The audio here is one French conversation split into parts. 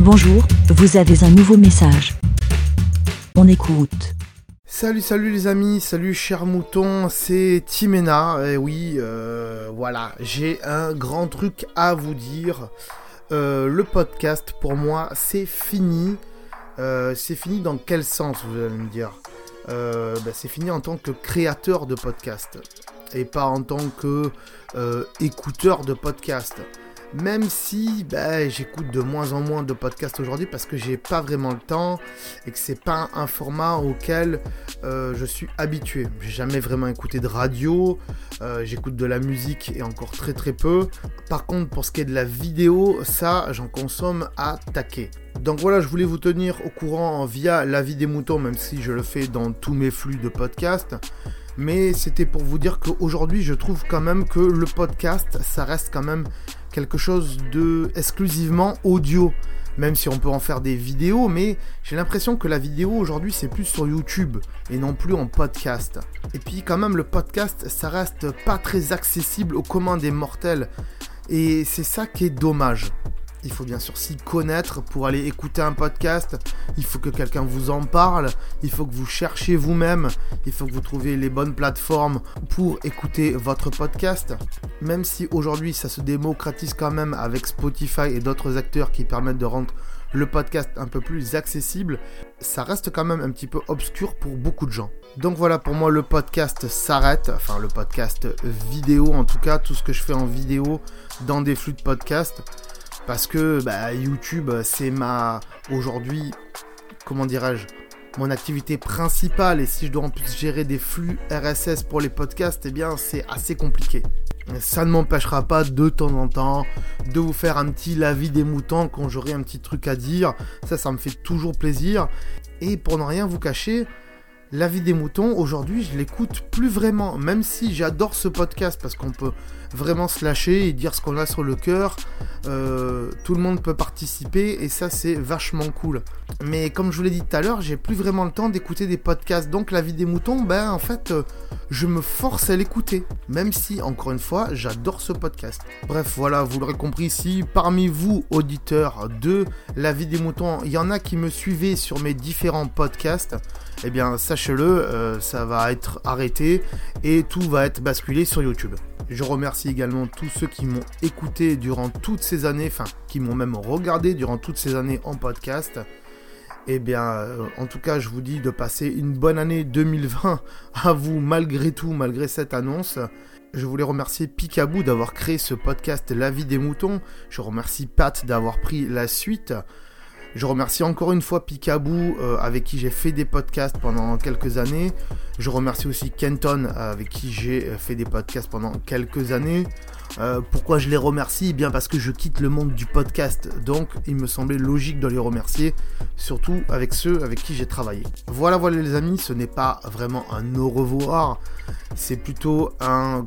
Bonjour, vous avez un nouveau message. On écoute. Salut les amis, salut chers moutons, c'est Timena, et oui, voilà, j'ai un grand truc à vous dire. Le podcast, pour moi, c'est fini. C'est fini dans quel sens, vous allez me dire? C'est fini en tant que créateur de podcast, et pas en tant que écouteur de podcast. Même si j'écoute de moins en moins de podcasts aujourd'hui parce que j'ai pas vraiment le temps et que c'est pas un format auquel je suis habitué. J'ai jamais vraiment écouté de radio, j'écoute de la musique et encore très très peu. Par contre, pour ce qui est de la vidéo, ça j'en consomme à taquet. Donc voilà, je voulais vous tenir au courant via l'avis des moutons, même si je le fais dans tous mes flux de podcasts. Mais c'était pour vous dire qu'aujourd'hui, je trouve quand même que le podcast, ça reste quand même quelque chose de exclusivement audio. Même si on peut en faire des vidéos, mais j'ai l'impression que la vidéo aujourd'hui, c'est plus sur YouTube et non plus en podcast. Et puis quand même, le podcast, ça reste pas très accessible aux communs des mortels. Et c'est ça qui est dommage. Il faut bien sûr s'y connaître pour aller écouter un podcast. Il faut que quelqu'un vous en parle. Il faut que vous cherchiez vous-même. Il faut que vous trouviez les bonnes plateformes pour écouter votre podcast. Même si aujourd'hui ça se démocratise quand même avec Spotify et d'autres acteurs qui permettent de rendre le podcast un peu plus accessible, ça reste quand même un petit peu obscur pour beaucoup de gens. Donc voilà, pour moi le podcast s'arrête. Enfin le podcast vidéo en tout cas, tout ce que je fais en vidéo dans des flux de podcast. Parce que YouTube, c'est aujourd'hui, mon activité principale. Et si je dois en plus gérer des flux RSS pour les podcasts, eh bien, c'est assez compliqué. Ça ne m'empêchera pas de temps en temps de vous faire un petit l'avis des moutons quand j'aurai un petit truc à dire. Ça me fait toujours plaisir. Et pour ne rien vous cacher, l'avis des moutons, aujourd'hui, je l'écoute plus vraiment. Même si j'adore ce podcast parce qu'on peut vraiment se lâcher et dire ce qu'on a sur le cœur. Tout le monde peut participer et ça c'est vachement cool. Mais comme je vous l'ai dit tout à l'heure, j'ai plus vraiment le temps d'écouter des podcasts. Donc l'avis des moutons, en fait, je me force à l'écouter. Même si, encore une fois, j'adore ce podcast. Bref, voilà, vous l'aurez compris, si parmi vous, auditeurs de l'avis des moutons, il y en a qui me suivaient sur mes différents podcasts, eh bien sachez-le, ça va être arrêté et tout va être basculé sur YouTube. Je remercie également tous ceux qui m'ont écouté durant toutes ces années, qui m'ont même regardé durant toutes ces années en podcast. Eh bien, en tout cas, je vous dis de passer une bonne année 2020 à vous, malgré tout, malgré cette annonce. Je voulais remercier Picaboo d'avoir créé ce podcast L'avis des moutons. Je remercie Pat d'avoir pris la suite. Je remercie encore une fois Picaboo avec qui j'ai fait des podcasts pendant quelques années. Je remercie aussi Kenton avec qui j'ai fait des podcasts pendant quelques années. Pourquoi je les remercie? Bien parce que je quitte le monde du podcast. Donc il me semblait logique de les remercier. Surtout avec ceux avec qui j'ai travaillé. Voilà les amis, ce n'est pas vraiment un au revoir. C'est plutôt un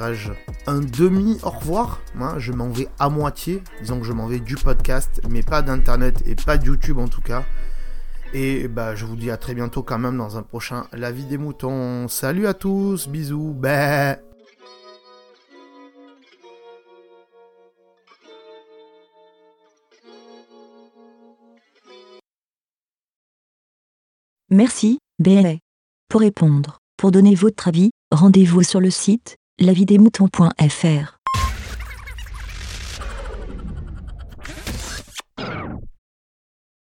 demi au revoir. Je m'en vais à moitié. Disons que je m'en vais du podcast, mais pas d'internet et pas de YouTube en tout cas. Et je vous dis à très bientôt quand même dans un prochain L'avis des moutons. Salut à tous, bisous, Merci, BLA. Pour répondre, pour donner votre avis, rendez-vous sur le site lavisdesmoutons.fr.